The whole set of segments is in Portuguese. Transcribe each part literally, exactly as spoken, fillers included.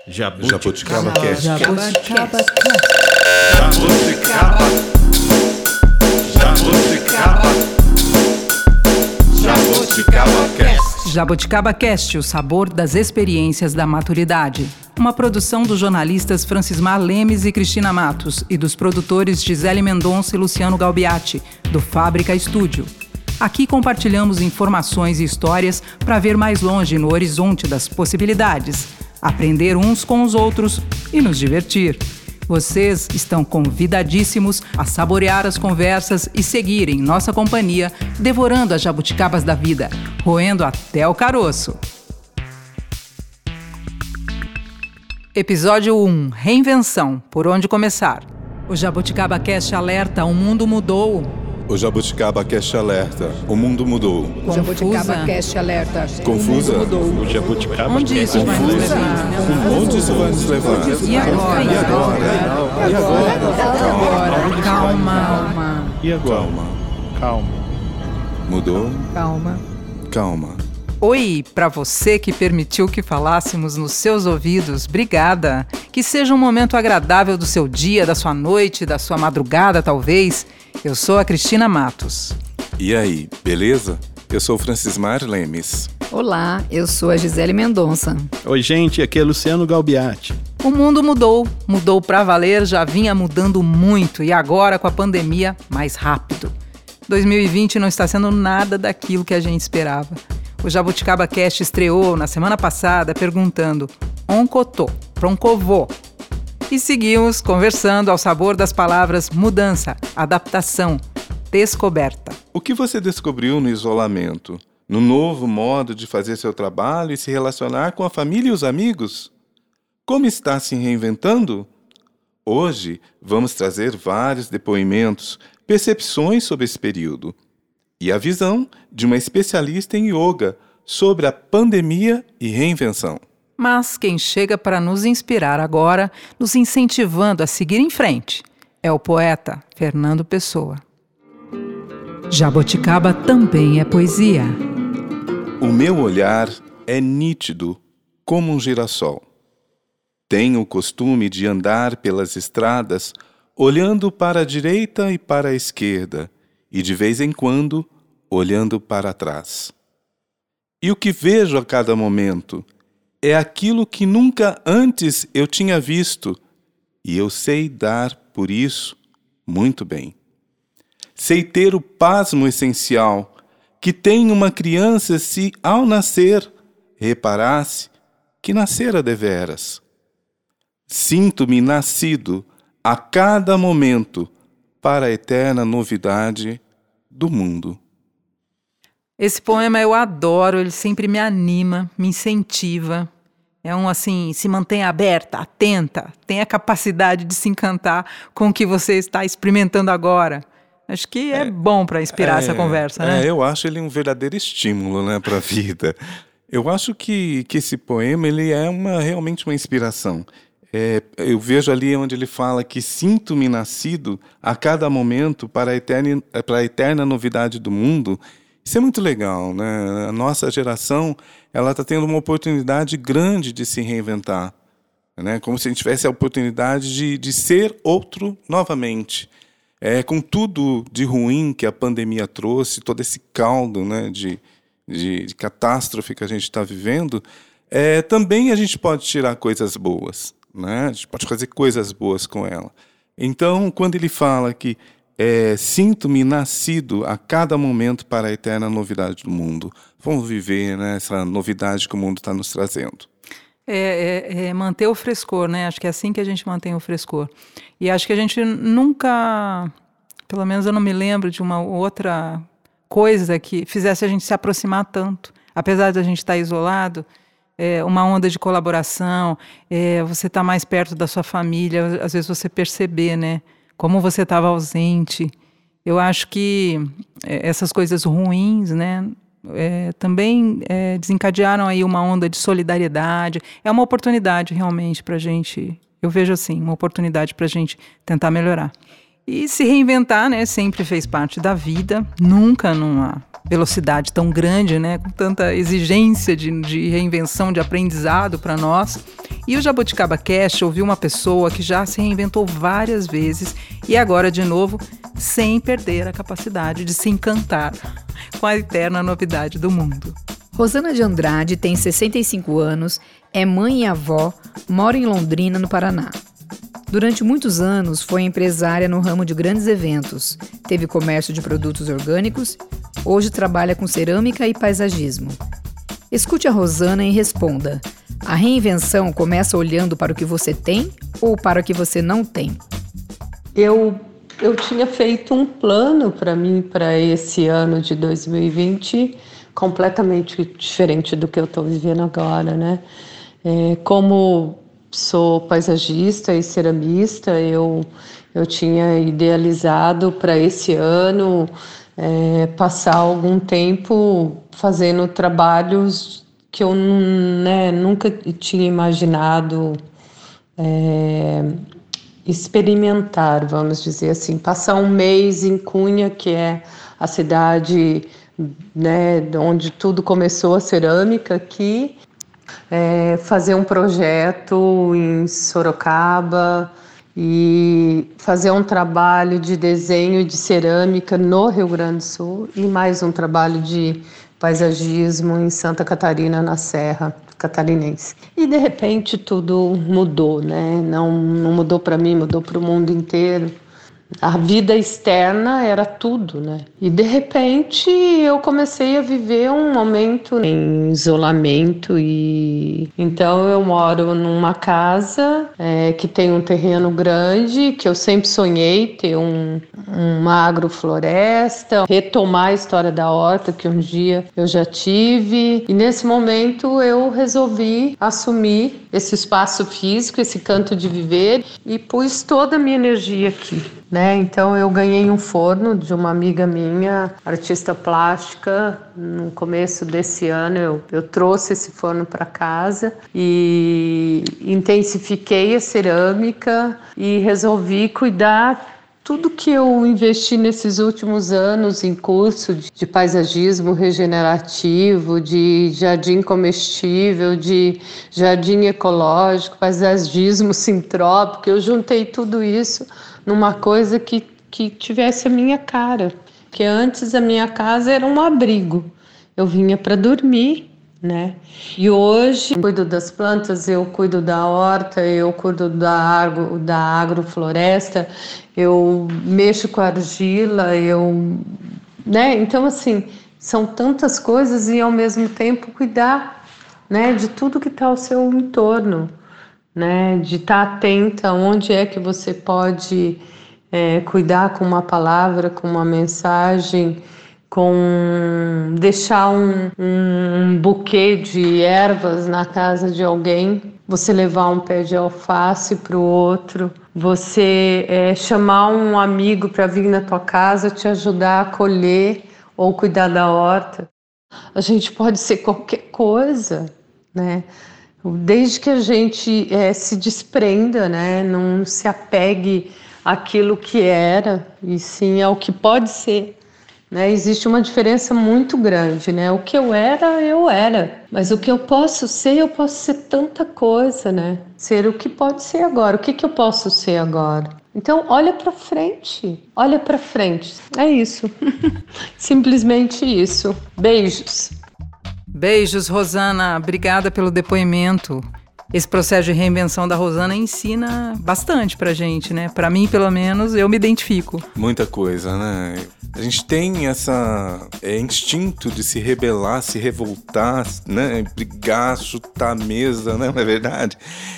Jabuticaba Cast. Jabuticaba Jabuticaba. Jabuticaba. Jabuticaba Cast. Jabuticaba Cast, o sabor das experiências da maturidade. Uma produção dos jornalistas Francismar Lemes e Cristina Matos e dos produtores Gisele Mendonça e Luciano Galbiati, do Fábrica Estúdio. Aqui compartilhamos informações e histórias para ver mais longe no horizonte das possibilidades, aprender uns com os outros e nos divertir. Vocês estão convidadíssimos a saborear as conversas e seguirem nossa companhia, devorando as jabuticabas da vida, roendo até o caroço. Episódio um. Reinvenção. Por onde começar? O Jabuticaba Cast alerta: o mundo mudou. O Jabuticaba Cast alerta: o mundo mudou. O Jabuticaba Cast alerta: Confusa? o mundo mudou. O Jabuticaba Onde Cast isso vai nos levar? Onde isso vai nos levar? E agora? E agora? E agora? Calma. E agora? Calma. Calma. Mudou? Calma. Calma. Oi, para você que permitiu que falássemos nos seus ouvidos, obrigada. Que seja um momento agradável do seu dia, da sua noite, da sua madrugada, talvez. Eu sou a Cristina Matos. E aí, beleza? Eu sou o Francismar Lemes. Olá, eu sou a Gisele Mendonça. Oi, gente, aqui é Luciano Galbiati. O mundo mudou, mudou pra valer, já vinha mudando muito e agora com a pandemia, mais rápido. dois mil e vinte não está sendo nada daquilo que a gente esperava. O Jabuticaba Cast estreou na semana passada perguntando Oncotô, Proncovô. E seguimos conversando ao sabor das palavras mudança, adaptação, descoberta. O que você descobriu no isolamento? No novo modo de fazer seu trabalho e se relacionar com a família e os amigos? Como está se reinventando? Hoje vamos trazer vários depoimentos, percepções sobre esse período e a visão de uma especialista em yoga sobre a pandemia e reinvenção. Mas quem chega para nos inspirar agora, nos incentivando a seguir em frente, é o poeta Fernando Pessoa. Jabuticaba também é poesia. O meu olhar é nítido como um girassol. Tenho o costume de andar pelas estradas olhando para a direita e para a esquerda e, de vez em quando, olhando para trás. E o que vejo a cada momento é aquilo que nunca antes eu tinha visto, e eu sei dar por isso muito bem. Sei ter o pasmo essencial que tem uma criança se, ao nascer, reparasse que nascera deveras. Sinto-me nascido a cada momento para a eterna novidade do mundo. Esse poema eu adoro, ele sempre me anima, me incentiva. É um assim, se mantenha aberta, atenta, tenha a capacidade de se encantar com o que você está experimentando agora. Acho que é, é bom para inspirar é, essa conversa, né? É, eu acho ele um verdadeiro estímulo, né, para a vida. Eu acho que, que esse poema ele é uma, realmente uma inspiração. É, eu vejo ali onde ele fala que sinto-me nascido a cada momento para a eterna, para a eterna novidade do mundo. Isso é muito legal, né? A nossa geração ela está tendo uma oportunidade grande de se reinventar, né? Como se a gente tivesse a oportunidade de, de ser outro novamente. É, com tudo de ruim que a pandemia trouxe, todo esse caldo, né, de, de, de catástrofe que a gente está vivendo, é, também a gente pode tirar coisas boas, né? A gente pode fazer coisas boas com ela. Então, quando ele fala que é, sinto-me nascido a cada momento para a eterna novidade do mundo, vamos viver, né, essa novidade que o mundo está nos trazendo. É, é, é manter o frescor, né? Acho que é assim que a gente mantém o frescor. E acho que a gente nunca, pelo menos eu não me lembro de uma outra coisa que fizesse a gente se aproximar tanto. Apesar de a gente estar isolado, é, uma onda de colaboração, é, você estar mais perto da sua família, às vezes você perceber, né? Como você estava ausente. Eu acho que é, essas coisas ruins, né? É, também é, desencadearam aí uma onda de solidariedade. É uma oportunidade realmente para a gente, eu vejo assim, uma oportunidade para a gente tentar melhorar. E se reinventar, né, sempre fez parte da vida, nunca numa velocidade tão grande, né, com tanta exigência de, de reinvenção, de aprendizado para nós. E o Jabuticaba Cast ouviu uma pessoa que já se reinventou várias vezes e agora, de novo, sem perder a capacidade de se encantar com a eterna novidade do mundo. Rosana de Andrade tem sessenta e cinco anos, é mãe e avó, mora em Londrina, no Paraná. Durante muitos anos foi empresária no ramo de grandes eventos, teve comércio de produtos orgânicos, hoje trabalha com cerâmica e paisagismo. Escute a Rosana e responda: a reinvenção começa olhando para o que você tem ou para o que você não tem? Eu, eu tinha feito um plano para mim, para esse ano de dois mil e vinte, completamente diferente do que eu estou vivendo agora, né? É, como sou paisagista e ceramista, eu, eu tinha idealizado para esse ano é, passar algum tempo fazendo trabalhos que eu né, nunca tinha imaginado é, experimentar, vamos dizer assim. Passar um mês em Cunha, que é a cidade né, onde tudo começou, a cerâmica aqui, É, fazer um projeto em Sorocaba e fazer um trabalho de desenho de cerâmica no Rio Grande do Sul e mais um trabalho de paisagismo em Santa Catarina, na Serra Catarinense. E de repente tudo mudou, né? Não, não mudou para mim, mudou para o mundo inteiro. A vida externa era tudo, né? E de repente eu comecei a viver um momento em isolamento e então eu moro numa casa é, que tem um terreno grande, que eu sempre sonhei ter um, uma agrofloresta, retomar a história da horta que um dia eu já tive. E nesse momento eu resolvi assumir esse espaço físico, esse canto de viver e pus toda a minha energia aqui. Né? Então eu ganhei um forno de uma amiga minha, artista plástica. No começo desse ano eu, eu trouxe esse forno para casa e intensifiquei a cerâmica e resolvi cuidar tudo que eu investi nesses últimos anos em curso de, de paisagismo regenerativo, de jardim comestível, de jardim ecológico, paisagismo sintrópico. Eu juntei tudo isso numa coisa que, que tivesse a minha cara. Porque antes a minha casa era um abrigo. Eu vinha para dormir, né? E hoje eu cuido das plantas, eu cuido da horta, eu cuido da, agro, da agrofloresta, eu mexo com a argila, eu... né? Então, assim, são tantas coisas e ao mesmo tempo cuidar, né, de tudo que está ao seu entorno. Né, de estar atenta onde é que você pode é, cuidar com uma palavra, com uma mensagem, com deixar um, um buquê de ervas na casa de alguém, você levar um pé de alface para o outro, você é, chamar um amigo para vir na tua casa te ajudar a colher ou cuidar da horta. A gente pode ser qualquer coisa, né? Desde que a gente é, se desprenda, né? Não se apegue àquilo que era, e sim ao que pode ser. Né? Existe uma diferença muito grande, né? O que eu era, eu era. Mas o que eu posso ser, eu posso ser tanta coisa, né? Ser o que pode ser agora. O que, que eu posso ser agora? Então, olha para frente. Olha para frente. É isso. Simplesmente isso. Beijos. Beijos, Rosana. Obrigada pelo depoimento. Esse processo de reinvenção da Rosana ensina bastante pra gente, né? Pra mim, pelo menos, eu me identifico. Muita coisa, né? A gente tem essa é, instinto de se rebelar, se revoltar, né? Brigar, chutar a mesa, né? Não é verdade?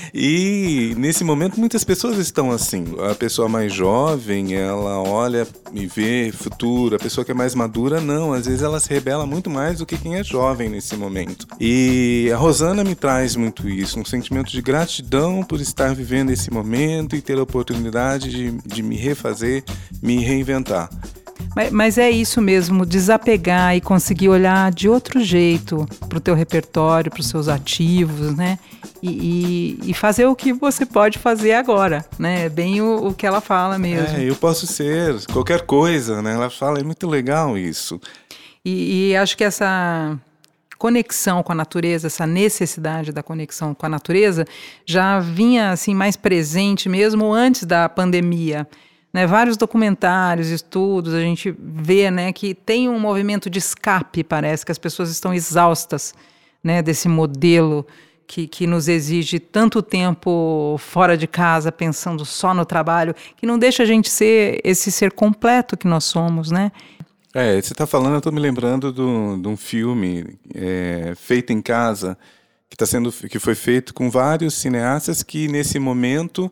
E nesse momento muitas pessoas estão assim. A pessoa mais jovem, ela olha e vê futuro. A pessoa que é mais madura, não. Às vezes ela se rebela muito mais do que quem é jovem nesse momento. E a Rosana me traz muito isso, um sentimento de gratidão por estar vivendo esse momento e ter a oportunidade de, de me refazer, me reinventar. Mas, mas é isso mesmo, desapegar e conseguir olhar de outro jeito para o teu repertório, para os seus ativos, né? E, e, e fazer o que você pode fazer agora, né? É bem o, o que ela fala mesmo. É, eu posso ser qualquer coisa, né? Ela fala, é muito legal isso. E, e acho que essa conexão com a natureza, essa necessidade da conexão com a natureza já vinha assim mais presente mesmo antes da pandemia. Né, vários documentários, estudos, a gente vê, né, que tem um movimento de escape, parece que as pessoas estão exaustas, né, desse modelo que, que nos exige tanto tempo fora de casa, pensando só no trabalho, que não deixa a gente ser esse ser completo que nós somos, né? É, você está falando, eu estou me lembrando do, de um filme é, feito em casa, que, tá sendo, que foi feito com vários cineastas que, nesse momento,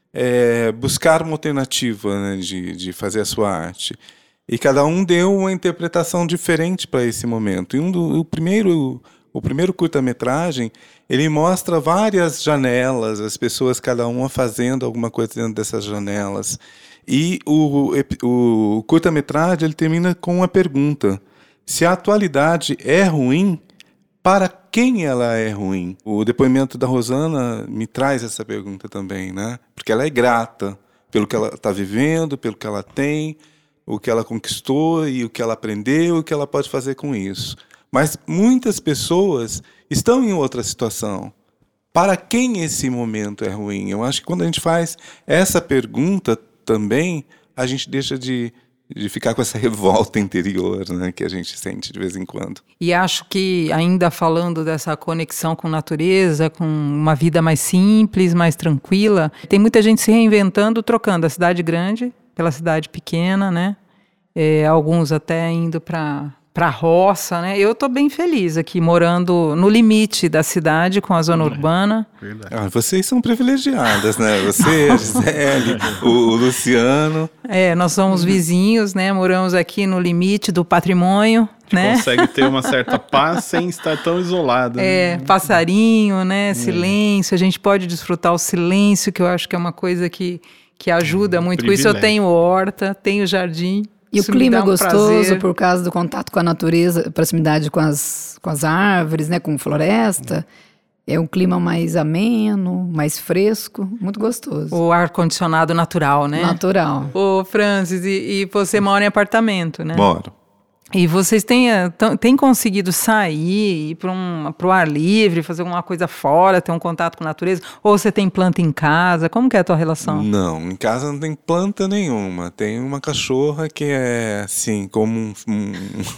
É, buscar uma alternativa, né, de, de fazer a sua arte. E cada um deu uma interpretação diferente para esse momento. E um do, o primeiro, o primeiro curta-metragem, ele mostra várias janelas, as pessoas, cada uma fazendo alguma coisa dentro dessas janelas. E o, o, o curta-metragem ele termina com uma pergunta: se a atualidade é ruim, para quem ela é ruim? O depoimento da Rosana me traz essa pergunta também, né? Porque ela é grata pelo que ela está vivendo, pelo que ela tem, o que ela conquistou e o que ela aprendeu e o que ela pode fazer com isso. Mas muitas pessoas estão em outra situação. Para quem esse momento é ruim? Eu acho que quando a gente faz essa pergunta também, a gente deixa de... de ficar com essa revolta interior, né, que a gente sente de vez em quando. E acho que, ainda falando dessa conexão com a natureza, com uma vida mais simples, mais tranquila, tem muita gente se reinventando, trocando a cidade grande pela cidade pequena, né? É, alguns até indo para para a roça, né? Eu estou bem feliz aqui, morando no limite da cidade com a zona é. urbana. Ah, vocês são privilegiadas, né? Você, a Gisele, o, o Luciano. É, nós somos vizinhos, né? Moramos aqui no limite do patrimônio, né? Consegue ter uma certa paz sem estar tão isolado. É, né? Passarinho, né? Silêncio. A gente pode desfrutar o silêncio, que eu acho que é uma coisa que, que ajuda muito. Privilégio. Com isso eu tenho horta, tenho jardim. E Isso o clima é um gostoso prazer. Por causa do contato com a natureza, proximidade com as, com as árvores, né, com floresta. É um clima mais ameno, mais fresco, muito gostoso. O ar-condicionado natural, né? Natural. Ô, Francis, e, e você mora em apartamento, né? Moro. E vocês têm, têm conseguido sair, ir para um, o ar livre, fazer alguma coisa fora, ter um contato com a natureza? Ou você tem planta em casa? Como que é a tua relação? Não, em casa não tem planta nenhuma. Tem uma cachorra que é, assim, como um, um,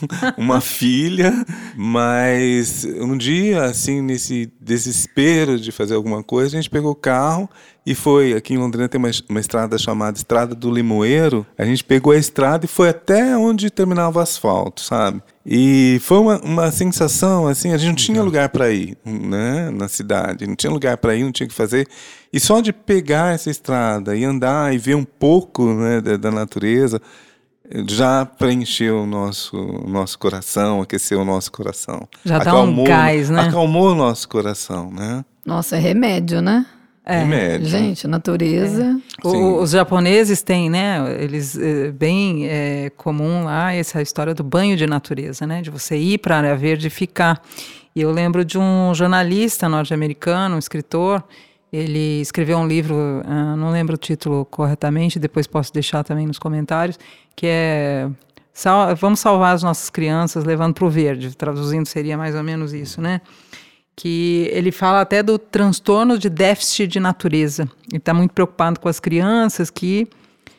uma filha. Mas um dia, assim, nesse desespero de fazer alguma coisa, a gente pegou o carro e foi. Aqui em Londrina tem uma, uma estrada chamada Estrada do Limoeiro. A gente pegou a estrada e foi até onde terminava o asfalto, sabe? E foi uma, uma sensação, assim, a gente não tinha lugar para ir, né, na cidade. Não tinha lugar para ir, não tinha o que fazer. E só de pegar essa estrada e andar e ver um pouco, né, da, da natureza, já preencheu o nosso, o nosso coração, aqueceu o nosso coração. Já dá um gás, né? Acalmou o nosso coração, né? Nossa, é remédio, né? É. Remédio. Gente, a natureza... É. O, os japoneses têm, né, eles, é, bem é, comum lá, essa história do banho de natureza, né, de você ir para a área verde e ficar. E eu lembro de um jornalista norte-americano, um escritor, ele escreveu um livro, uh, não lembro o título corretamente, depois posso deixar também nos comentários, que é sal, Vamos Salvar as Nossas Crianças Levando para o Verde, traduzindo seria mais ou menos isso, né? Que ele fala até do transtorno de déficit de natureza. Ele está muito preocupado com as crianças, que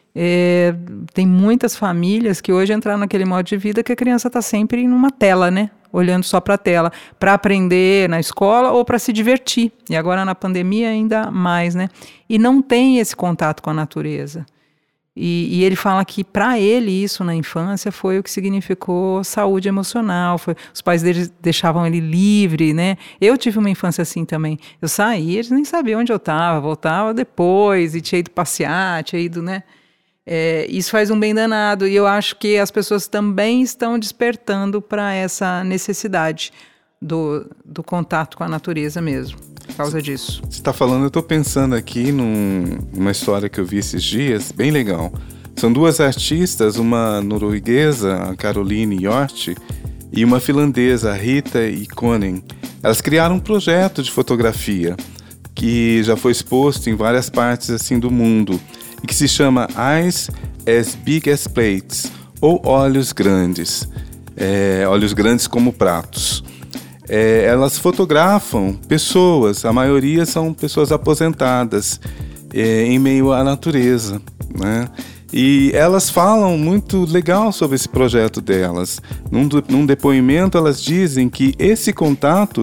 é, tem muitas famílias que hoje entraram naquele modo de vida que a criança está sempre numa tela, né? Olhando só para a tela, para aprender na escola ou para se divertir. E agora na pandemia ainda mais, né? E não tem esse contato com a natureza. E, e ele fala que para ele isso na infância foi o que significou saúde emocional, foi, os pais dele deixavam ele livre, né? Eu tive uma infância assim também, eu saía, eles nem sabiam onde eu estava, voltava depois e tinha ido passear, tinha ido, né? É, isso faz um bem danado e eu acho que as pessoas também estão despertando para essa necessidade do, do contato com a natureza mesmo, por causa disso. Você está falando, eu estou pensando aqui num, numa história que eu vi esses dias, bem legal. São duas artistas, uma norueguesa, a Caroline Hjort, e uma finlandesa, a Rita Ikonen. Elas criaram um projeto de fotografia que já foi exposto em várias partes assim do mundo e que se chama Eyes as Big as Plates, ou Olhos Grandes, é, olhos grandes como pratos. É, elas fotografam pessoas, a maioria são pessoas aposentadas, é, em meio à natureza, né? E elas falam muito legal sobre esse projeto delas. Num, num depoimento, elas dizem que esse contato,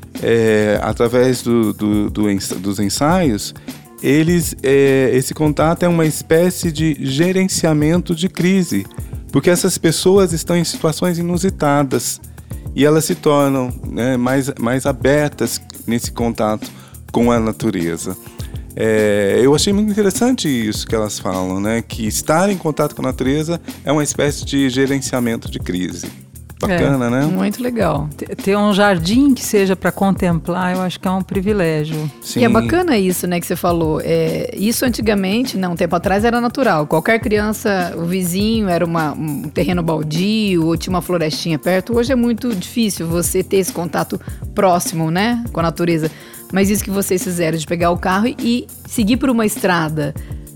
é, através do, do, do, dos ensaios, eles, é, esse contato é uma espécie de gerenciamento de crise, porque essas pessoas estão em situações inusitadas e elas se tornam, né, mais, mais abertas nesse contato com a natureza. É, eu achei muito interessante isso que elas falam, né? Que estar em contato com a natureza é uma espécie de gerenciamento de crise. Bacana, é, né? Muito legal. Ter um jardim que seja para contemplar, eu acho que é um privilégio. Sim. E é bacana isso, né, que você falou. É, isso antigamente, não, um tempo atrás era natural. Qualquer criança, o vizinho era uma, um terreno baldio ou tinha uma florestinha perto. Hoje é muito difícil você ter esse contato próximo, né, com a natureza. Mas isso que vocês fizeram de pegar o carro e seguir por uma estrada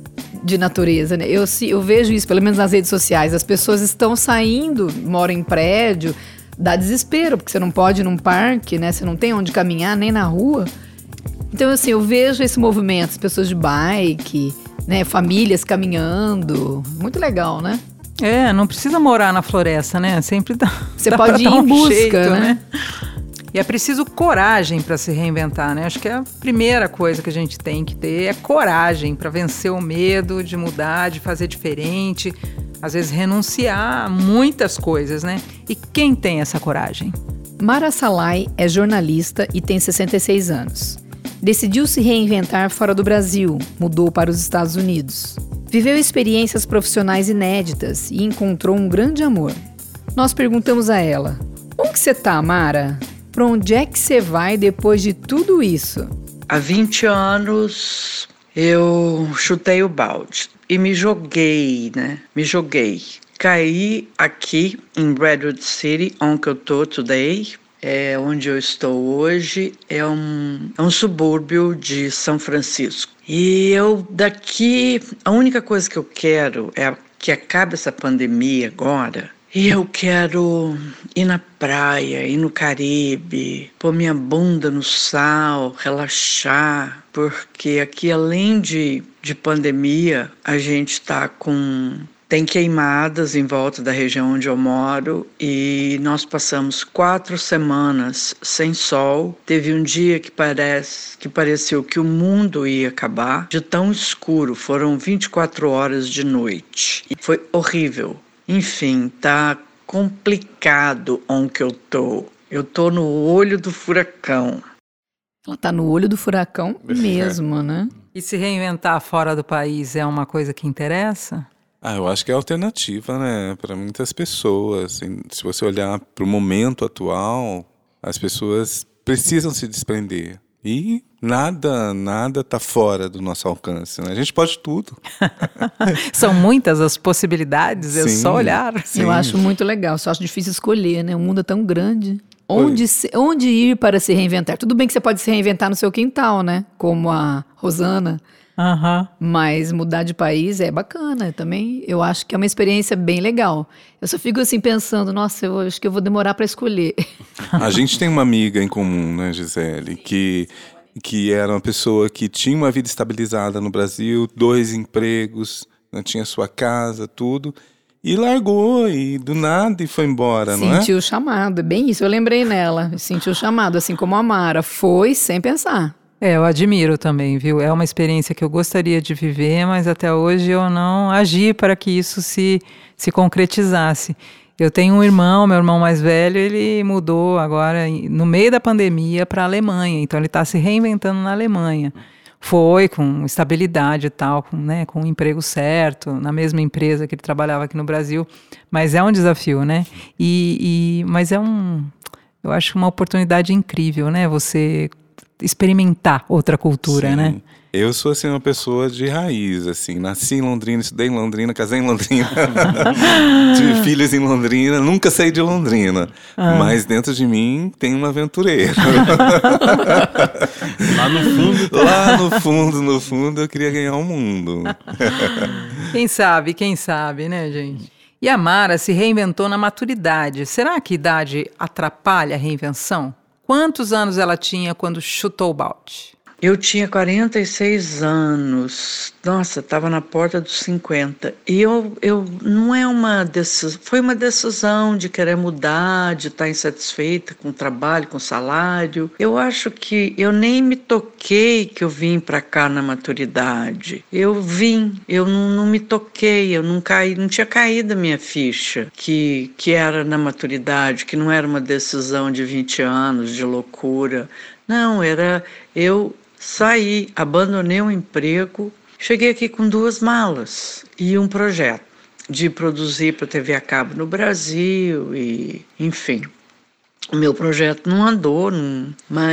de natureza, né? Eu, eu vejo isso, pelo menos nas redes sociais. As pessoas estão saindo, moram em prédio, dá desespero, porque você não pode ir num parque, né? Você não tem onde caminhar, nem na rua. Então, assim, eu vejo esse movimento, as pessoas de bike, né? Famílias caminhando. Muito legal, né? É, não precisa morar na floresta, né? Sempre dá. Você dá pode ir um em busca, jeito, né? né? E é preciso coragem para se reinventar, né? Acho que a primeira coisa que a gente tem que ter é coragem para vencer o medo de mudar, de fazer diferente, às vezes renunciar a muitas coisas, né? E quem tem essa coragem? Mara Salai é jornalista e tem sessenta e seis anos. Decidiu se reinventar fora do Brasil, mudou para os Estados Unidos. Viveu experiências profissionais inéditas e encontrou um grande amor. Nós perguntamos a ela: onde que você tá, Mara? Para onde é que você vai depois de tudo isso? Há vinte anos eu chutei o balde e me joguei, né? Me joguei. Caí aqui em Redwood City, onde eu estou today, é onde eu estou hoje, é um, é um subúrbio de São Francisco. E eu daqui, a única coisa que eu quero é que acabe essa pandemia agora. E eu quero ir na praia, ir no Caribe, pôr minha bunda no sal, relaxar, porque aqui, além de, de pandemia, a gente está com... tem queimadas em volta da região onde eu moro e nós passamos quatro semanas sem sol. Teve um dia que, parece, que pareceu que o mundo ia acabar, de tão escuro, foram vinte e quatro horas de noite. E foi horrível. Enfim, tá complicado onde eu tô. Eu tô no olho do furacão. Ela tá no olho do furacão mesmo, né? E se reinventar fora do país é uma coisa que interessa? Ah, eu acho que é alternativa, né, para muitas pessoas. Se você olhar para o momento atual, as pessoas precisam se desprender. E nada, nada está fora do nosso alcance, né? A gente pode tudo. São muitas as possibilidades, é sim, só olhar. Sim. Eu acho muito legal, só acho difícil escolher, né? O mundo é tão grande. Onde, se, onde ir para se reinventar? Tudo bem que você pode se reinventar no seu quintal, né? Como a Rosana. Uhum. Mas mudar de país é bacana também. Eu acho que é uma experiência bem legal. Eu só fico assim pensando, nossa, eu acho que eu vou demorar para escolher. A gente tem uma amiga em comum, né, Gisele, que, que era uma pessoa que tinha uma vida estabilizada no Brasil, dois empregos, né, tinha sua casa, tudo, e largou e do nada e foi embora, não é? Sentiu o chamado, é bem isso. Eu lembrei nela, sentiu o chamado, assim como a Mara, foi sem pensar. É, eu admiro também, viu? É uma experiência que eu gostaria de viver, mas até hoje eu não agi para que isso se, se concretizasse. Eu tenho um irmão, meu irmão mais velho, ele mudou agora no meio da pandemia para a Alemanha, então ele está se reinventando na Alemanha. Foi com estabilidade e tal, com, né, com um emprego certo, na mesma empresa que ele trabalhava aqui no Brasil, mas é um desafio, né? E, e, mas é um, eu acho uma oportunidade incrível, né? Você experimentar outra cultura, Sim. né? Eu sou, assim, uma pessoa de raiz, assim, nasci em Londrina, estudei em Londrina, casei em Londrina, tive filhos em Londrina, nunca saí de Londrina, ah. mas dentro de mim tem uma aventureira. Lá no fundo. Lá no fundo, no fundo, eu queria ganhar o mundo. Quem sabe, quem sabe, né, gente? E a Mara se reinventou na maturidade. Será que a idade atrapalha a reinvenção? Quantos anos ela tinha quando chutou o balde? Eu tinha quarenta e seis anos, nossa, estava na porta dos cinquenta. E eu, eu não é uma decisão, foi uma decisão de querer mudar, de estar insatisfeita com o trabalho, com o salário. Eu acho que eu nem me toquei que eu vim para cá na maturidade. Eu vim, eu não, não me toquei, eu não caí, não tinha caído a minha ficha que, que era na maturidade, que não era uma decisão de vinte anos, de loucura. Não, era eu saí, abandonei um emprego, cheguei aqui com duas malas e um projeto de produzir para T V a cabo no Brasil e, enfim, o meu projeto não andou, não,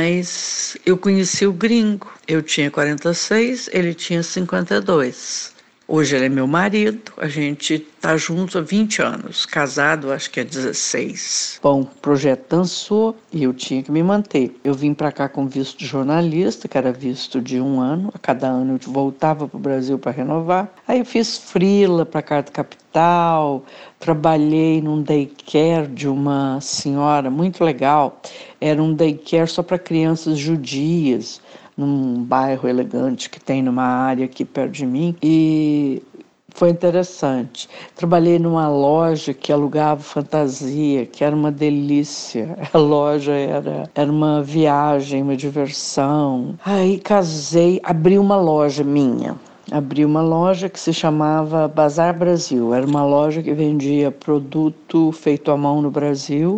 mas eu conheci o gringo. Eu tinha quarenta e seis, ele tinha cinquenta e dois. Hoje ele é meu marido, a gente tá junto há vinte anos, casado acho que é dezesseis. Bom, o projeto dançou e eu tinha que me manter. Eu vim para cá com visto de jornalista, que era visto de um ano, a cada ano eu voltava para o Brasil para renovar. Aí eu fiz freela para Carta Capital, trabalhei num daycare de uma senhora muito legal, era um daycare só para crianças judias, num bairro elegante que tem numa área aqui perto de mim, e foi interessante. Trabalhei numa loja que alugava fantasia, que era uma delícia. A loja era, era uma viagem, uma diversão. Aí casei, abri uma loja minha. Abri uma loja que se chamava Bazar Brasil. Era uma loja que vendia produto feito à mão no Brasil,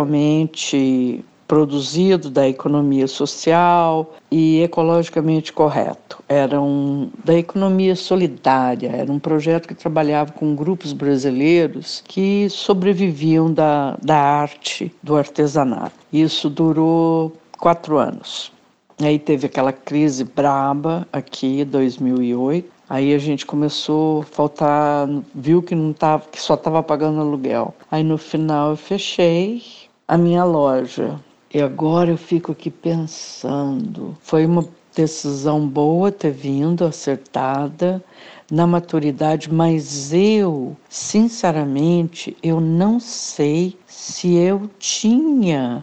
socialmente produzido da economia social e ecologicamente correto. Era um, da economia solidária, era um projeto que trabalhava com grupos brasileiros que sobreviviam da, da arte, do artesanato. Isso durou quatro anos. Aí teve aquela crise braba aqui, dois mil e oito. Aí a gente começou a faltar, viu que, não tava, que só estava pagando aluguel. Aí no final eu fechei a minha loja. E agora eu fico aqui pensando, foi uma decisão boa ter vindo, acertada, na maturidade, mas eu, sinceramente, eu não sei se eu tinha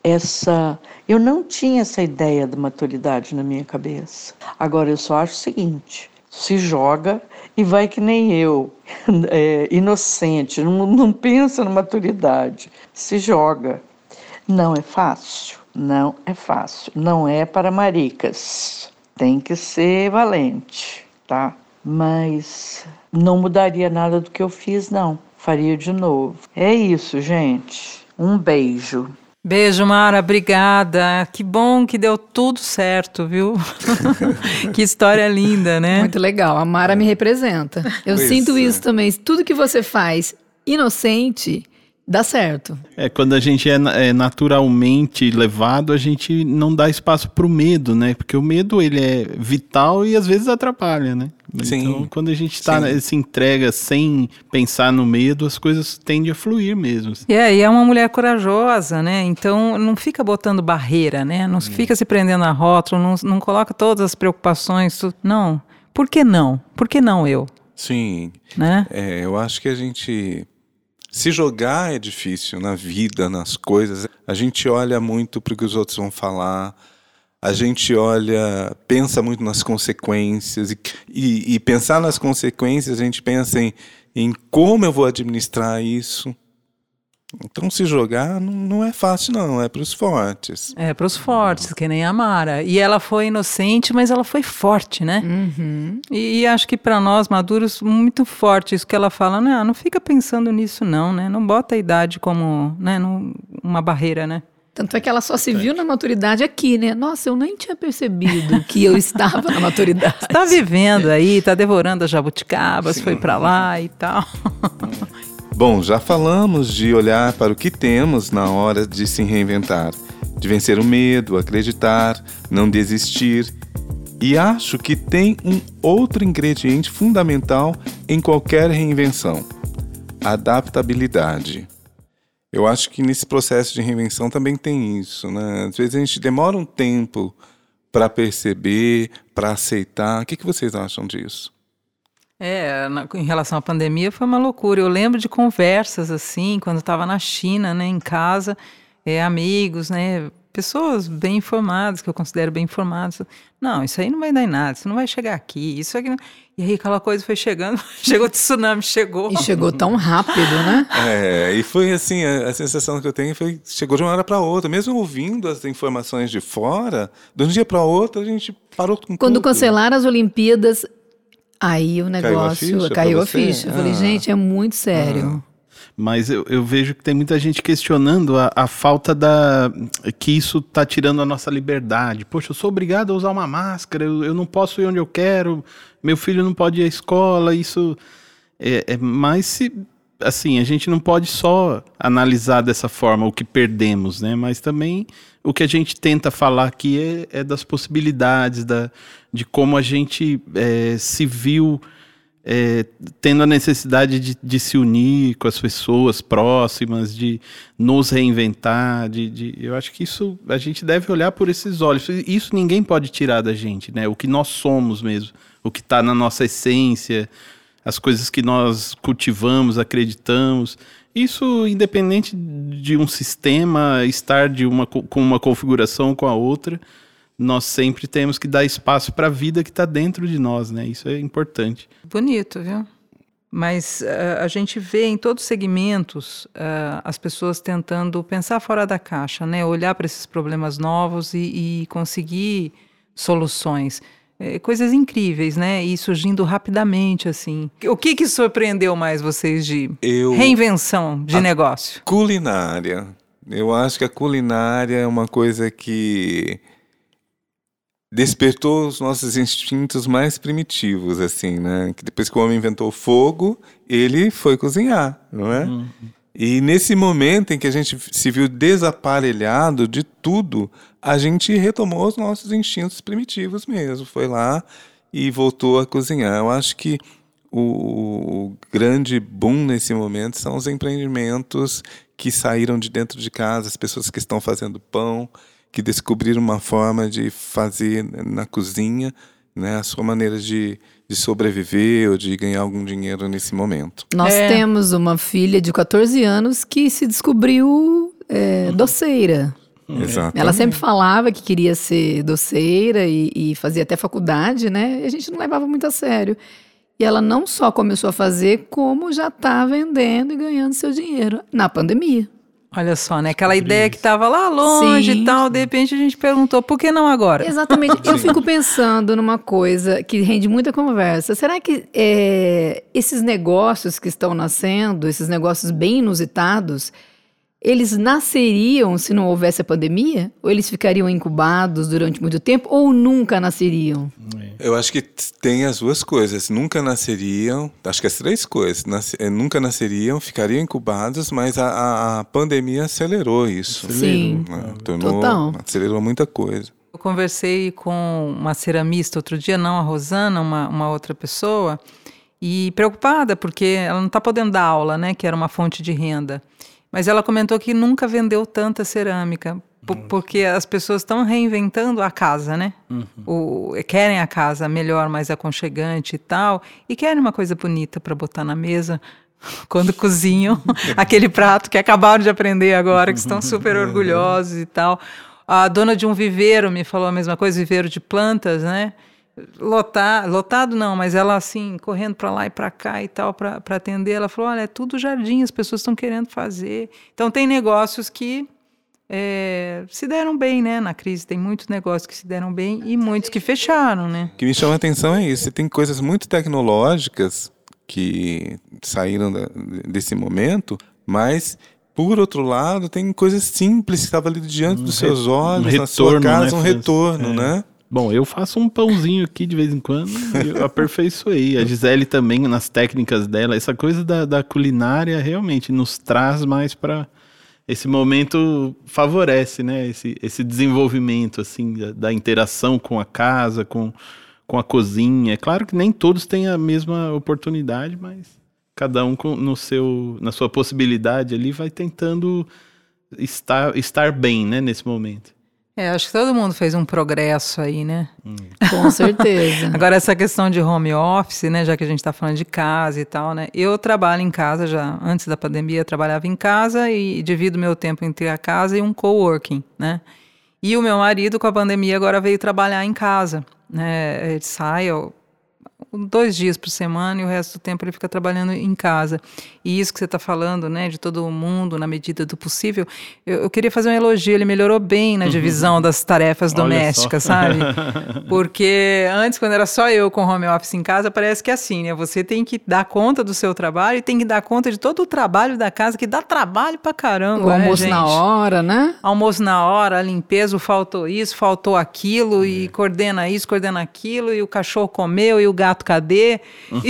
essa, eu não tinha essa ideia de maturidade na minha cabeça. Agora eu só acho o seguinte, se joga e vai que nem eu, é, inocente, não, não pensa na maturidade, se joga. Não é fácil, não é fácil, não é para maricas, tem que ser valente, tá? Mas não mudaria nada do que eu fiz, não, faria de novo. É isso, gente, um beijo. Beijo, Mara, obrigada, que bom que deu tudo certo, viu? Que história linda, né? Muito legal, a Mara me representa, eu Pois sinto é. isso também, tudo que você faz inocente dá certo. É, quando a gente é, é naturalmente levado, a gente não dá espaço pro medo, né? Porque o medo, ele é vital e às vezes atrapalha, né? Sim. Então, quando a gente tá, Sim. se entrega sem pensar no medo, as coisas tendem a fluir mesmo. E é, e é uma mulher corajosa, né? Então não fica botando barreira, né? Não fica se prendendo a rótulo, não, não coloca todas as preocupações. Tu... Não. Por que não? Por que não eu? Sim, Né? é, eu acho que a gente... Se jogar é difícil na vida, nas coisas. A gente olha muito para o que os outros vão falar. A gente olha, pensa muito nas consequências. E, e, e pensar nas consequências, a gente pensa em, em como eu vou administrar isso. Então, se jogar não, não é fácil, não. É para os fortes. É, para os fortes, que nem a Mara. E ela foi inocente, mas ela foi forte, né? Uhum. E, e acho que para nós, maduros, muito forte isso que ela fala. Não, não fica pensando nisso, não, né? Não bota a idade como, né, num- uma barreira, né? Tanto é que ela só se viu na maturidade aqui, né? Nossa, eu nem tinha percebido que eu estava na maturidade. Está vivendo aí, está devorando as jabuticabas, foi para lá e tal. Bom, já falamos de olhar para o que temos na hora de se reinventar. de vencer o medo, acreditar, não desistir. E acho que tem um outro ingrediente fundamental em qualquer reinvenção: adaptabilidade. Eu acho que nesse processo de reinvenção também tem isso, né? Às vezes a gente demora um tempo para perceber, para aceitar. O que, que vocês acham disso? É, na, em relação à pandemia foi uma loucura. Eu lembro de conversas assim, quando eu estava na China, né, em casa, é, amigos, né, pessoas bem informadas, que eu considero bem informadas. Não, isso aí não vai dar em nada, isso não vai chegar aqui, isso aqui não... E aí aquela coisa foi chegando, chegou o tsunami, chegou. E chegou tão rápido, né? É, e foi assim, a, a sensação que eu tenho foi, chegou de uma hora para outra, mesmo ouvindo as informações de fora, de um dia para outro a gente parou com Quando tudo. cancelaram as Olimpíadas, aí o negócio caiu a ficha. Caiu a ficha. Eu falei, Ah. gente, é muito sério. Ah. Mas eu, eu vejo que tem muita gente questionando a, a falta da... que isso está tirando a nossa liberdade. Poxa, eu sou obrigado a usar uma máscara, eu, eu não posso ir onde eu quero, meu filho não pode ir à escola, isso... É, é mais se... Assim, a gente não pode só analisar dessa forma o que perdemos, né? Mas também o que a gente tenta falar aqui é, é das possibilidades, da, de como a gente é, se viu... É, tendo a necessidade de, de se unir com as pessoas próximas, de nos reinventar, de, de, eu acho que isso a gente deve olhar por esses olhos. Isso ninguém pode tirar da gente, né? O que nós somos mesmo, o que está na nossa essência, as coisas que nós cultivamos, acreditamos. Isso independente de um sistema estar de uma, com uma configuração com a outra, nós sempre temos que dar espaço para a vida que está dentro de nós, né? Isso é importante. Bonito, viu? Mas uh, a gente vê em todos os segmentos uh, as pessoas tentando pensar fora da caixa, né? Olhar para esses problemas novos e, e conseguir soluções. É, coisas incríveis, né? E surgindo rapidamente, assim. O que que surpreendeu mais vocês de Eu... reinvenção de a negócio? Culinária. Eu acho que a culinária é uma coisa que... despertou os nossos instintos mais primitivos, assim, né? Que depois que o homem inventou o fogo, ele foi cozinhar, não é? Uhum. E nesse momento em que a gente se viu desaparelhado de tudo, a gente retomou os nossos instintos primitivos mesmo. Foi lá e voltou a cozinhar. Eu acho que o, o grande boom nesse momento são os empreendimentos que saíram de dentro de casa, as pessoas que estão fazendo pão, que descobriram uma forma de fazer na cozinha, né, a sua maneira de, de sobreviver ou de ganhar algum dinheiro nesse momento. Nós é. temos uma filha de quatorze anos que se descobriu é, doceira. Exato. Ela sempre falava que queria ser doceira e, e fazia até faculdade, né? E a gente não levava muito a sério. E ela não só começou a fazer, como já está vendendo e ganhando seu dinheiro na pandemia. Olha só, né? Aquela ideia que estava lá longe Sim. e tal, de repente a gente perguntou, por que não agora? Exatamente. Eu fico pensando numa coisa que rende muita conversa. Será que é, esses negócios que estão nascendo, esses negócios bem inusitados, eles nasceriam se não houvesse a pandemia? Ou eles ficariam incubados durante muito tempo? Ou nunca nasceriam? Eu acho que tem as duas coisas. Nunca nasceriam, acho que as três coisas. Nas, nunca nasceriam, ficariam incubados, mas a, a pandemia acelerou isso. Sim, né? Tornou, total. Acelerou muita coisa. Eu conversei com uma ceramista outro dia, não a Rosana, uma, uma outra pessoa, e preocupada, porque ela não está podendo dar aula, né? Que era uma fonte de renda. Mas ela comentou que nunca vendeu tanta cerâmica, p- porque as pessoas estão reinventando a casa, né? Uhum. O, querem a casa melhor, mais aconchegante e tal, e querem uma coisa bonita para botar na mesa quando cozinham aquele prato que acabaram de aprender agora, que estão super orgulhosos e tal. A dona de um viveiro me falou a mesma coisa, viveiro de plantas, né? Lotar, lotado não, mas ela assim, correndo para lá e para cá e tal, para atender, ela falou, olha, é tudo jardim, as pessoas estão querendo fazer. Então tem negócios que é, se deram bem, né, na crise, tem muitos negócios que se deram bem e muitos que fecharam, né. O que me chama a atenção é isso, você tem coisas muito tecnológicas que saíram da, desse momento, mas... Por outro lado, tem coisas simples que estavam ali diante um dos seus olhos, um na sua casa, né? um retorno, é. né? Bom, eu faço um pãozinho aqui de vez em quando, eu aperfeiçoei. A Gisele também, nas técnicas dela, essa coisa da, da culinária realmente nos traz mais para esse momento favorece, né? Esse, esse desenvolvimento, assim, da, da interação com a casa, com, com a cozinha. É claro que nem todos têm a mesma oportunidade, mas cada um com, no seu, na sua possibilidade ali vai tentando estar, estar bem, né, nesse momento. É, acho que todo mundo fez um progresso aí, né? Hum. Com certeza. Agora, essa questão de home office, né? Já que a gente está falando de casa e tal, né? Eu trabalho em casa já, antes da pandemia, eu trabalhava em casa e divido meu tempo entre a casa e um coworking, né? E o meu marido, com a pandemia, agora veio trabalhar em casa, né? Ele sai ó, dois dias por semana e o resto do tempo ele fica trabalhando em casa. E isso que você está falando, né, de todo mundo na medida do possível, eu, eu queria fazer um elogio, ele melhorou bem na divisão das tarefas domésticas, sabe? Porque antes, quando era só eu com home office em casa, parece que é assim, né, você tem que dar conta do seu trabalho e tem que dar conta de todo o trabalho da casa, que dá trabalho pra caramba, O né, almoço gente? na hora, né? Almoço na hora, a limpeza, faltou isso, faltou aquilo, é. e coordena isso, coordena aquilo, e o cachorro comeu, e o gato cadê?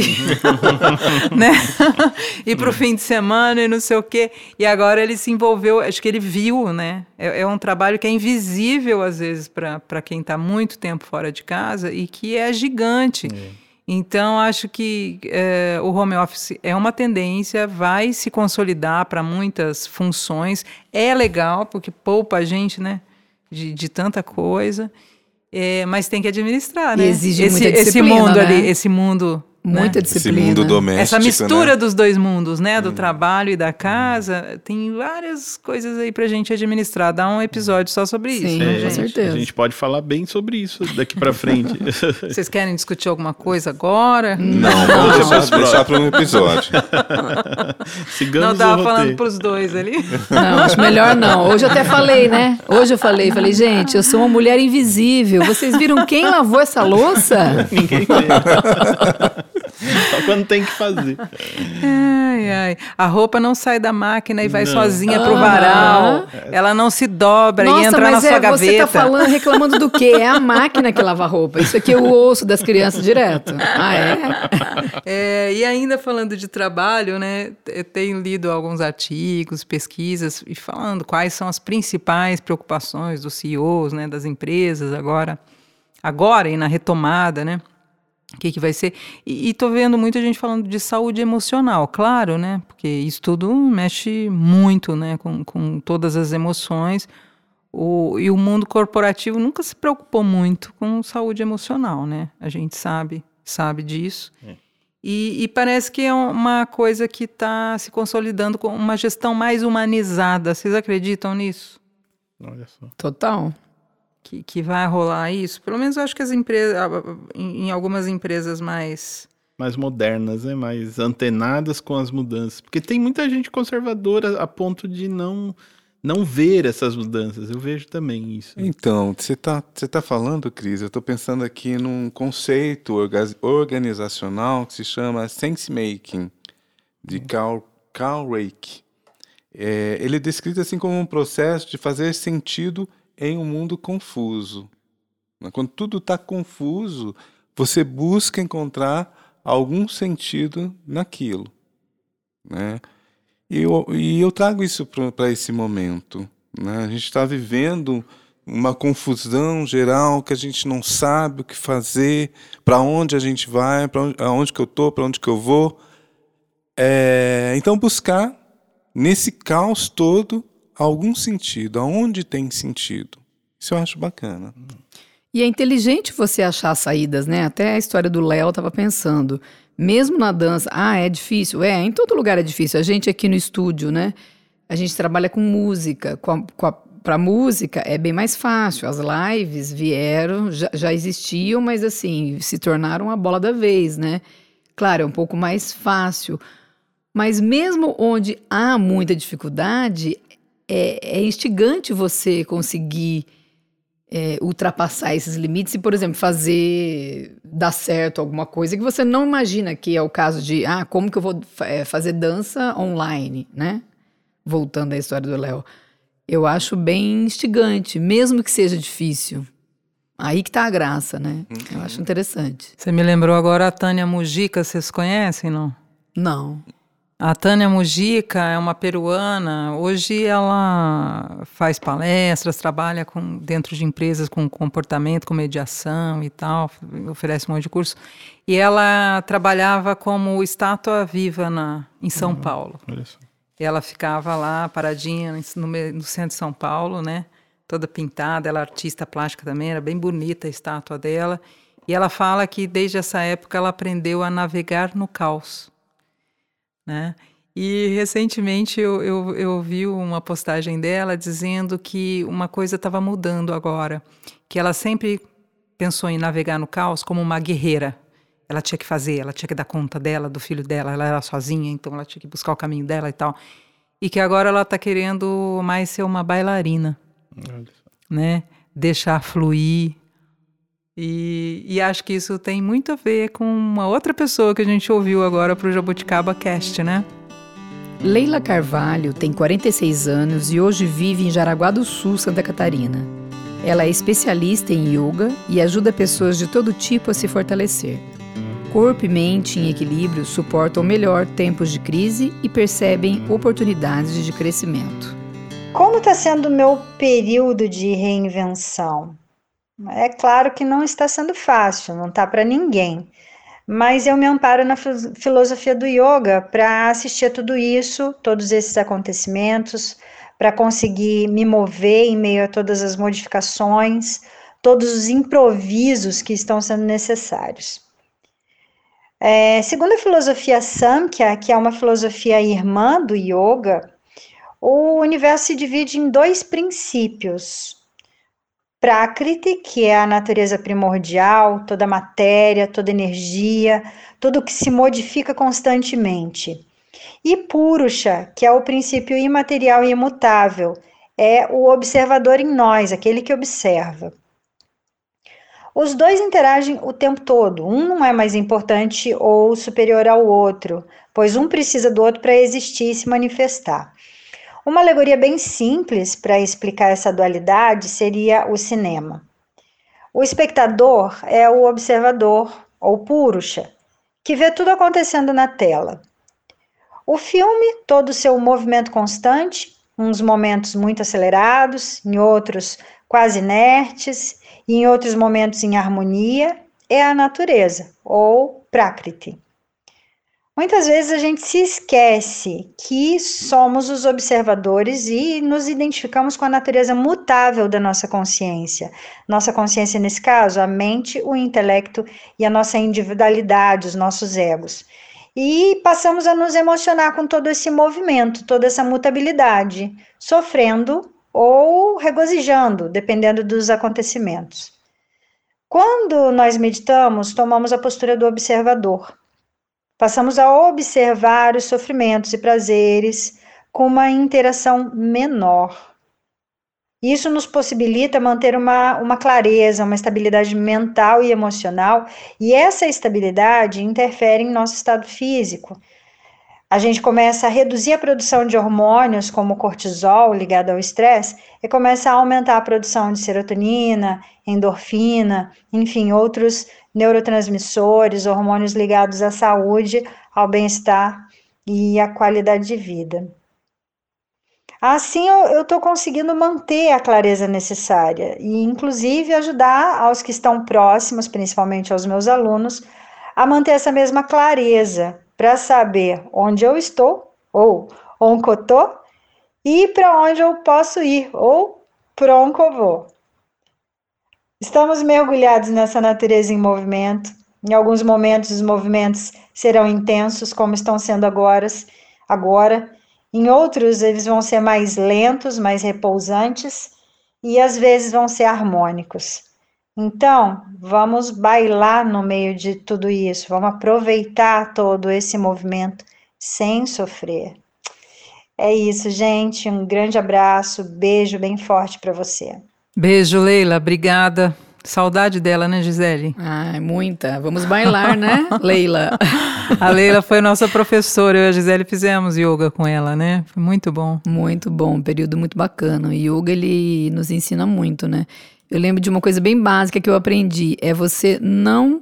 E, né? E pro fim de semana e não sei o quê. E agora ele se envolveu, acho que ele viu, né? É, é um trabalho que é invisível, às vezes, para quem está muito tempo fora de casa e que é gigante. É. Então, acho que é, o home office é uma tendência, vai se consolidar para muitas funções. É legal, porque poupa a gente, né? De, de tanta coisa. É, mas tem que administrar, né? E exige esse, muita disciplina, esse mundo né? ali, esse mundo, muita né? disciplina. Esse mundo doméstico, essa mistura, né, dos dois mundos, né? Do hum. trabalho e da casa, hum. tem várias coisas aí pra gente administrar. Dá um episódio só sobre Sim, isso, né, com gente? certeza. A gente pode falar bem sobre isso daqui pra frente. Vocês querem discutir alguma coisa agora? Não, vamos deixar, deixar para um episódio. Não tava falando pros dois ali. Não, acho melhor não. Hoje eu até falei, né? Hoje eu falei, falei, gente, eu sou uma mulher invisível. Vocês viram quem lavou essa louça? Ninguém vê. Só quando tem que fazer. Ai, ai. A roupa não sai da máquina e vai não. sozinha ah, pro varal. Ela não se dobra. Nossa, e entra mas na sua é, gaveta. você tá falando, reclamando do quê? É a máquina que lava a roupa. Isso aqui eu ouço das crianças direto. Ah, é? É, e ainda falando de trabalho, né? Eu tenho lido alguns artigos, pesquisas, e falando quais são as principais preocupações dos C E Os, né, das empresas agora, agora e na retomada, né? O que, que vai ser? E estou vendo muita gente falando de saúde emocional, claro, né? Porque isso tudo mexe muito, né? Com, com todas as emoções. O, e o mundo corporativo nunca se preocupou muito com saúde emocional, né? A gente sabe, sabe disso. É. E, e parece que é uma coisa que está se consolidando com uma gestão mais humanizada. Vocês acreditam nisso? Olha só. Total. Que, que vai rolar isso? Pelo menos eu acho que as empresas, em, em algumas empresas mais... Mais modernas, né? Mais antenadas com as mudanças. Porque tem muita gente conservadora a ponto de não, não ver essas mudanças. Eu vejo também isso. Então, você está você tá falando, Cris, eu estou pensando aqui num conceito orga- organizacional que se chama sense-making, de Carl, Carl Reich. É, ele é descrito assim como um processo de fazer sentido em um mundo confuso. Quando tudo está confuso, você busca encontrar algum sentido naquilo, né? E eu, e eu trago isso para esse momento, né? A gente está vivendo uma confusão geral que a gente não sabe o que fazer, para onde a gente vai, para onde, aonde que eu estou, para onde que eu vou. É, então buscar nesse caos todo algum sentido, aonde tem sentido. Isso eu acho bacana. E é inteligente você achar saídas, né? Até a história do Léo, eu tava pensando. Mesmo na dança, ah, é difícil? É, em todo lugar é difícil. A gente aqui no estúdio, né? A gente trabalha com música. Com a, com a, pra música é bem mais fácil. As lives vieram, já, já existiam, mas assim, se tornaram a bola da vez, né? Claro, é um pouco mais fácil. Mas mesmo onde há muita dificuldade, é, é instigante você conseguir é, ultrapassar esses limites e, por exemplo, fazer dar certo alguma coisa que você não imagina, que é o caso de, ah, como que eu vou é, fazer dança online, né? Voltando à história do Léo. Eu acho bem instigante, mesmo que seja difícil. Aí que tá a graça, né? Eu acho interessante. Você me lembrou agora a Tânia Mujica, vocês conhecem, não? Não. A Tânia Mujica é uma peruana. Hoje ela faz palestras, trabalha com, dentro de empresas com comportamento, com mediação e tal, oferece um monte de curso. E ela trabalhava como estátua viva na, em São uhum. Paulo. Olha só. E ela ficava lá paradinha no, no centro de São Paulo, né? Toda pintada. Ela é artista plástica também, era bem bonita a estátua dela. E ela fala que desde essa época ela aprendeu a navegar no caos. Né? E recentemente eu, eu, eu vi uma postagem dela dizendo que uma coisa estava mudando agora, que ela sempre pensou em navegar no caos como uma guerreira. Ela tinha que fazer, ela tinha que dar conta dela, do filho dela, ela era sozinha, então ela tinha que buscar o caminho dela e tal. E que agora ela está querendo mais ser uma bailarina, né? Deixar fluir. E, e acho que isso tem muito a ver com uma outra pessoa que a gente ouviu agora para o Jabuticaba Cast, né? Leila Carvalho tem quarenta e seis anos e hoje vive em Jaraguá do Sul, Santa Catarina. Ela é especialista em yoga e ajuda pessoas de todo tipo a se fortalecer. Corpo e mente em equilíbrio suportam melhor tempos de crise e percebem oportunidades de crescimento. Como está sendo o meu período de reinvenção? É claro que não está sendo fácil, não está para ninguém, mas eu me amparo na filosofia do yoga para assistir a tudo isso, todos esses acontecimentos, para conseguir me mover em meio a todas as modificações, todos os improvisos que estão sendo necessários. É, segundo a filosofia Samkhya, que é uma filosofia irmã do yoga, o universo se divide em dois princípios. Prakriti, que é a natureza primordial, toda a matéria, toda a energia, tudo que se modifica constantemente. E Purusha, que é o princípio imaterial e imutável, é o observador em nós, aquele que observa. Os dois interagem o tempo todo, um não é mais importante ou superior ao outro, pois um precisa do outro para existir e se manifestar. Uma alegoria bem simples para explicar essa dualidade seria o cinema. O espectador é o observador, ou Purusha, que vê tudo acontecendo na tela. O filme, todo o seu movimento constante, uns momentos muito acelerados, em outros quase inertes, e em outros momentos em harmonia, é a natureza, ou Prakriti. Muitas vezes a gente se esquece que somos os observadores e nos identificamos com a natureza mutável da nossa consciência. Nossa consciência, nesse caso, a mente, o intelecto e a nossa individualidade, os nossos egos. E passamos a nos emocionar com todo esse movimento, toda essa mutabilidade, sofrendo ou regozijando, dependendo dos acontecimentos. Quando nós meditamos, tomamos a postura do observador. Passamos a observar os sofrimentos e prazeres com uma interação menor. Isso nos possibilita manter uma, uma clareza, uma estabilidade mental e emocional, e essa estabilidade interfere em nosso estado físico. A gente começa a reduzir a produção de hormônios, como o cortisol, ligado ao estresse, e começa a aumentar a produção de serotonina, endorfina, enfim, outros neurotransmissores, hormônios ligados à saúde, ao bem-estar e à qualidade de vida. Assim, eu estou conseguindo manter a clareza necessária e, inclusive, ajudar aos que estão próximos, principalmente aos meus alunos, a manter essa mesma clareza para saber onde eu estou, ou onde eu estou, e para onde eu posso ir, ou para onde eu vou. Estamos mergulhados nessa natureza em movimento. Em alguns momentos, os movimentos serão intensos, como estão sendo agora. agora. Em outros, eles vão ser mais lentos, mais repousantes, e às vezes vão ser harmônicos. Então, vamos bailar no meio de tudo isso, vamos aproveitar todo esse movimento sem sofrer. É isso, gente. Um grande abraço, beijo bem forte para você. Beijo, Leila. Obrigada. Saudade dela, né, Gisele? Ai, muita. Vamos bailar, né, Leila? A Leila foi nossa professora. Eu e a Gisele fizemos yoga com ela, né? Foi muito bom. Muito bom. Um período muito bacana. O yoga, ele nos ensina muito, né? Eu lembro de uma coisa bem básica que eu aprendi. É você não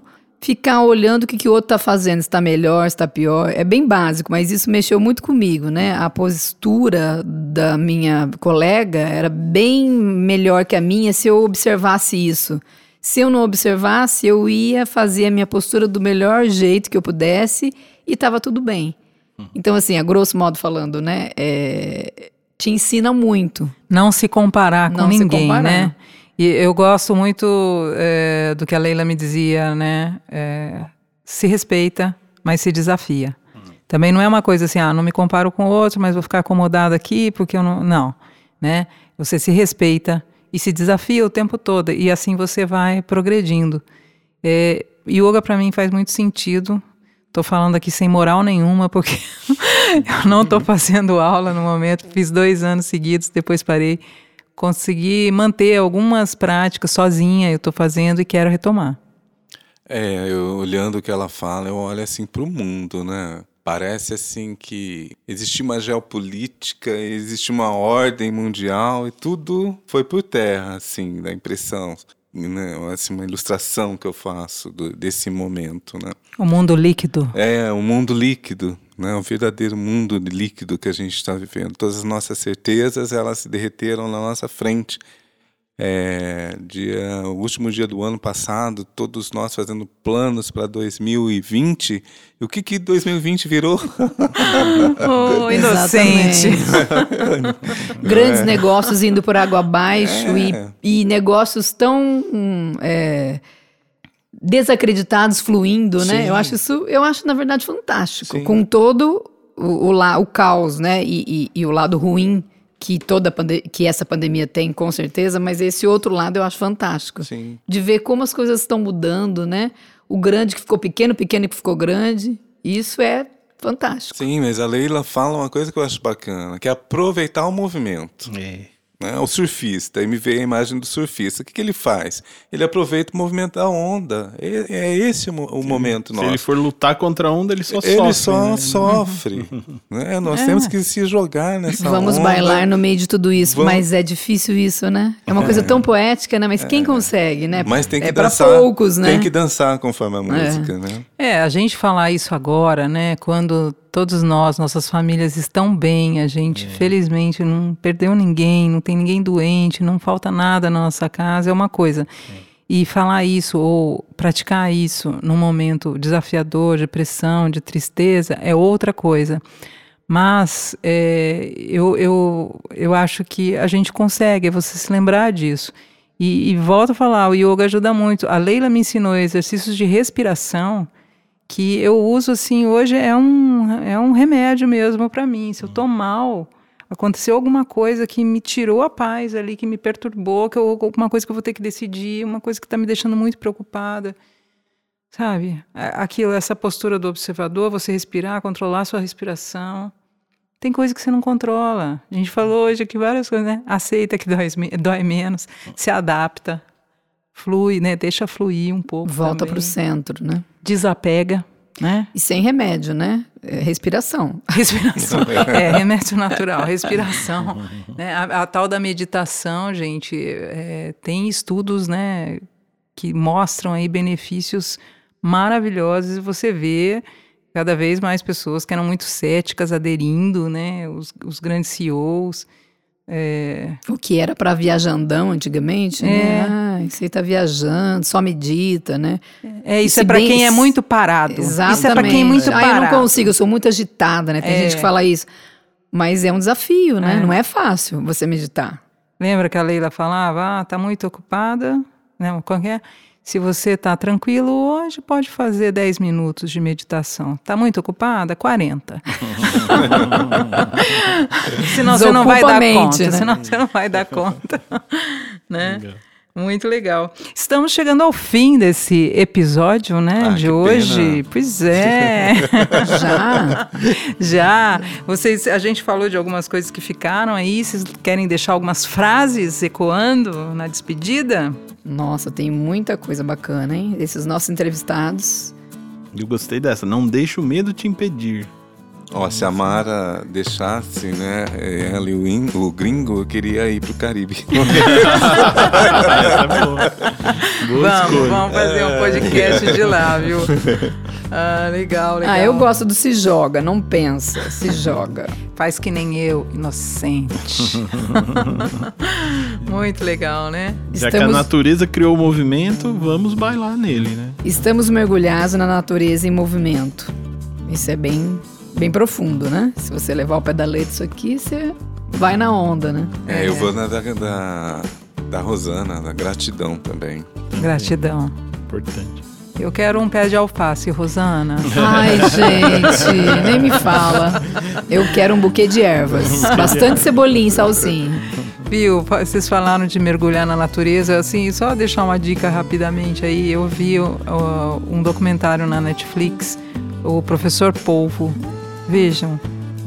ficar olhando o que, que o outro tá fazendo, se tá melhor, se tá pior. É bem básico, mas isso mexeu muito comigo, né? A postura da minha colega era bem melhor que a minha se eu observasse isso. Se eu não observasse, eu ia fazer a minha postura do melhor jeito que eu pudesse e estava tudo bem. Então, assim, a grosso modo falando, né? É, te ensina muito. Não se comparar com Não se ninguém, comparar. né? E eu gosto muito é, do que a Leila me dizia, né? É, se respeita, mas se desafia. Uhum. Também não é uma coisa assim, ah, não me comparo com o outro, mas vou ficar acomodado aqui porque eu não... Não, né? Você se respeita e se desafia o tempo todo. E assim você vai progredindo. É, yoga para mim faz muito sentido. Estou falando aqui sem moral nenhuma, porque eu não estou fazendo aula no momento. Fiz dois anos seguidos, depois parei. Consegui manter algumas práticas sozinha, eu estou fazendo e quero retomar. É, eu, olhando o que ela fala, eu olho assim para o mundo, né? Parece assim que existe uma geopolítica, existe uma ordem mundial e tudo foi por terra, assim, da impressão, né? Assim, uma ilustração que eu faço do, desse momento, né? O mundo líquido. É, o mundo líquido. Né, o verdadeiro mundo líquido que a gente está vivendo. Todas as nossas certezas, elas se derreteram na nossa frente. É, dia, o último dia do ano passado, todos nós fazendo planos para dois mil e vinte. E o que que dois mil e vinte virou? Oh, inocente. Grandes é. negócios indo por água abaixo é. e, e negócios tão... É, desacreditados fluindo, né? Sim. Eu acho isso, eu acho na verdade fantástico. Sim. Com todo o, o, la, o caos, né? E, e, e o lado ruim que toda pande- que essa pandemia tem, com certeza, mas esse outro lado eu acho fantástico. Sim. De ver como as coisas estão mudando, né? O grande que ficou pequeno, pequeno que ficou grande. Isso é fantástico. Sim, mas a Leila fala uma coisa que eu acho bacana, que é aproveitar o movimento. É. Né? O surfista, aí me veio a imagem do surfista. O que, que ele faz? Ele aproveita o movimento da onda. É, é esse o, o momento Se nosso. ele for lutar contra a onda, ele só ele sofre. Ele só né? sofre. né? Nós é. temos que se jogar nessa Vamos onda. bailar no meio de tudo isso, Vamos... mas é difícil isso, né? É uma é. coisa tão poética, né? Mas quem consegue, né? Mas tem que é dançar. Para poucos, né? Tem que dançar conforme a música, é. né? É, a gente falar isso agora, né? Quando todos nós, nossas famílias estão bem, a gente, é. felizmente, não perdeu ninguém, não tem ninguém doente, não falta nada na nossa casa, é uma coisa. É. E falar isso ou praticar isso num momento desafiador, de pressão, de tristeza, é outra coisa. Mas é, eu, eu, eu acho que a gente consegue, é você se lembrar disso. E, e volto a falar, o yoga ajuda muito. A Leila me ensinou exercícios de respiração que eu uso, assim, hoje é um, é um remédio mesmo para mim. Se eu tô mal, aconteceu alguma coisa que me tirou a paz ali, que me perturbou, que eu, alguma coisa que eu vou ter que decidir, uma coisa que tá me deixando muito preocupada, sabe? Aquilo, essa postura do observador, você respirar, controlar a sua respiração. Tem coisa que você não controla. A gente falou hoje aqui várias coisas, né? Aceita que dói, dói menos, se adapta, flui, né? Deixa fluir um pouco. Volta para o centro, né? Desapega, né? E sem remédio, né? É respiração. Respiração. É, remédio natural, respiração. Né? A, a tal da meditação, gente, é, tem estudos, né, que mostram aí benefícios maravilhosos. Você vê cada vez mais pessoas que eram muito céticas aderindo, né? Os, os grandes C E Os. É... O que era para viajandão antigamente, é. né? Ah, isso aí tá viajando, só medita, né? É, isso, isso é para bem... quem é muito parado. Exatamente. Isso é para quem é muito parado. Ah, eu não consigo, eu sou muito agitada, né? Tem é. gente que fala isso. Mas é um desafio, né? É. Não é fácil você meditar. Lembra que a Leila falava, ah, tá muito ocupada, né? Qual que é? Se você está tranquilo hoje, pode fazer dez minutos de meditação. Está muito ocupada? quarenta. Senão você não vai dar conta. Né? Senão você não vai dar conta. Né? Muito legal. Estamos chegando ao fim desse episódio, né, ah, de hoje. Pena. Pois é. Já? Já. Vocês, a gente falou de algumas coisas que ficaram aí. Vocês querem deixar algumas frases ecoando na despedida? Nossa, tem muita coisa bacana, hein? Esses nossos entrevistados. Eu gostei dessa. Não deixe o medo te impedir. Ó, se a Mara deixasse, né, ela e o, in, o gringo, eu queria ir pro Caribe. Essa é boa. Boa vamos, escolha. vamos fazer um podcast de lá, viu? Ah, legal, legal. Ah, eu gosto do se joga, não pensa, se joga. Faz que nem eu, inocente. Muito legal, né? Já que a natureza criou o movimento, vamos bailar nele, né? Estamos mergulhados na natureza em movimento. Isso é bem, bem profundo, né? Se você levar o pé da letra isso aqui, você vai na onda, né? É, eu vou na da, da, da Rosana, da gratidão também. Gratidão. Importante. Eu quero um pé de alface, Rosana. Ai, gente, nem me fala. Eu quero um buquê de ervas. Bastante cebolinha e salsinha. Viu, vocês falaram de mergulhar na natureza, assim, só deixar uma dica rapidamente aí. Eu vi uh, um documentário na Netflix, o Professor Polvo. Vejam,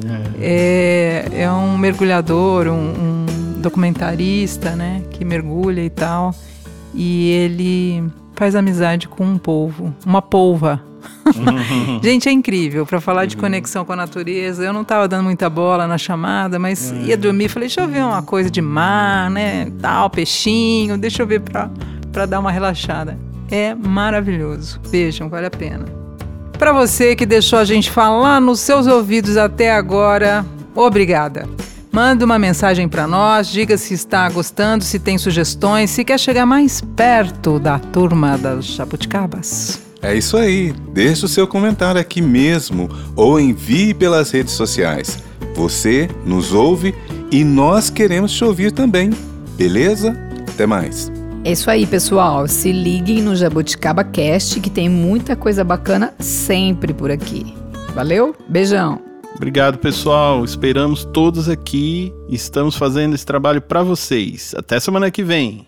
é, é um mergulhador, um, um documentarista, né, que mergulha e tal. E ele faz amizade com um polvo, uma polva. Gente, é incrível. Para falar de conexão com a natureza, eu não estava dando muita bola na chamada, mas ia dormir, falei, deixa eu ver uma coisa de mar, né, tal, peixinho, deixa eu ver para dar uma relaxada. É maravilhoso. Vejam, vale a pena. Para você que deixou a gente falar nos seus ouvidos até agora, obrigada. Manda uma mensagem para nós, diga se está gostando, se tem sugestões, se quer chegar mais perto da turma das jabuticabas. É isso aí, deixe o seu comentário aqui mesmo ou envie pelas redes sociais. Você nos ouve e nós queremos te ouvir também, beleza? Até mais. É isso aí, pessoal. Se liguem no Jabuticaba Cast, que tem muita coisa bacana sempre por aqui. Valeu? Beijão. Obrigado, pessoal. Esperamos todos aqui. Estamos fazendo esse trabalho para vocês. Até semana que vem.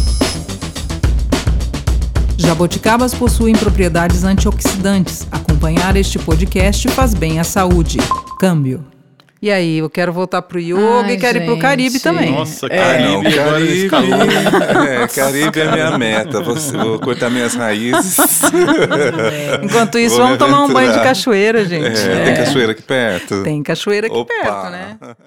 Jabuticabas possuem propriedades antioxidantes. Acompanhar este podcast faz bem à saúde. Câmbio. E aí, eu quero voltar pro yoga Ai, e quero gente. ir pro Caribe também. Nossa, Ah, Caribe, não, agora nesse Caribe, calor. é, Caribe é minha meta. Vou, vou cortar minhas raízes. Enquanto isso, Vou me vamos tomar um banho de aventurar. cachoeira, gente. É, tem cachoeira aqui perto? Tem cachoeira aqui Opa. perto, né?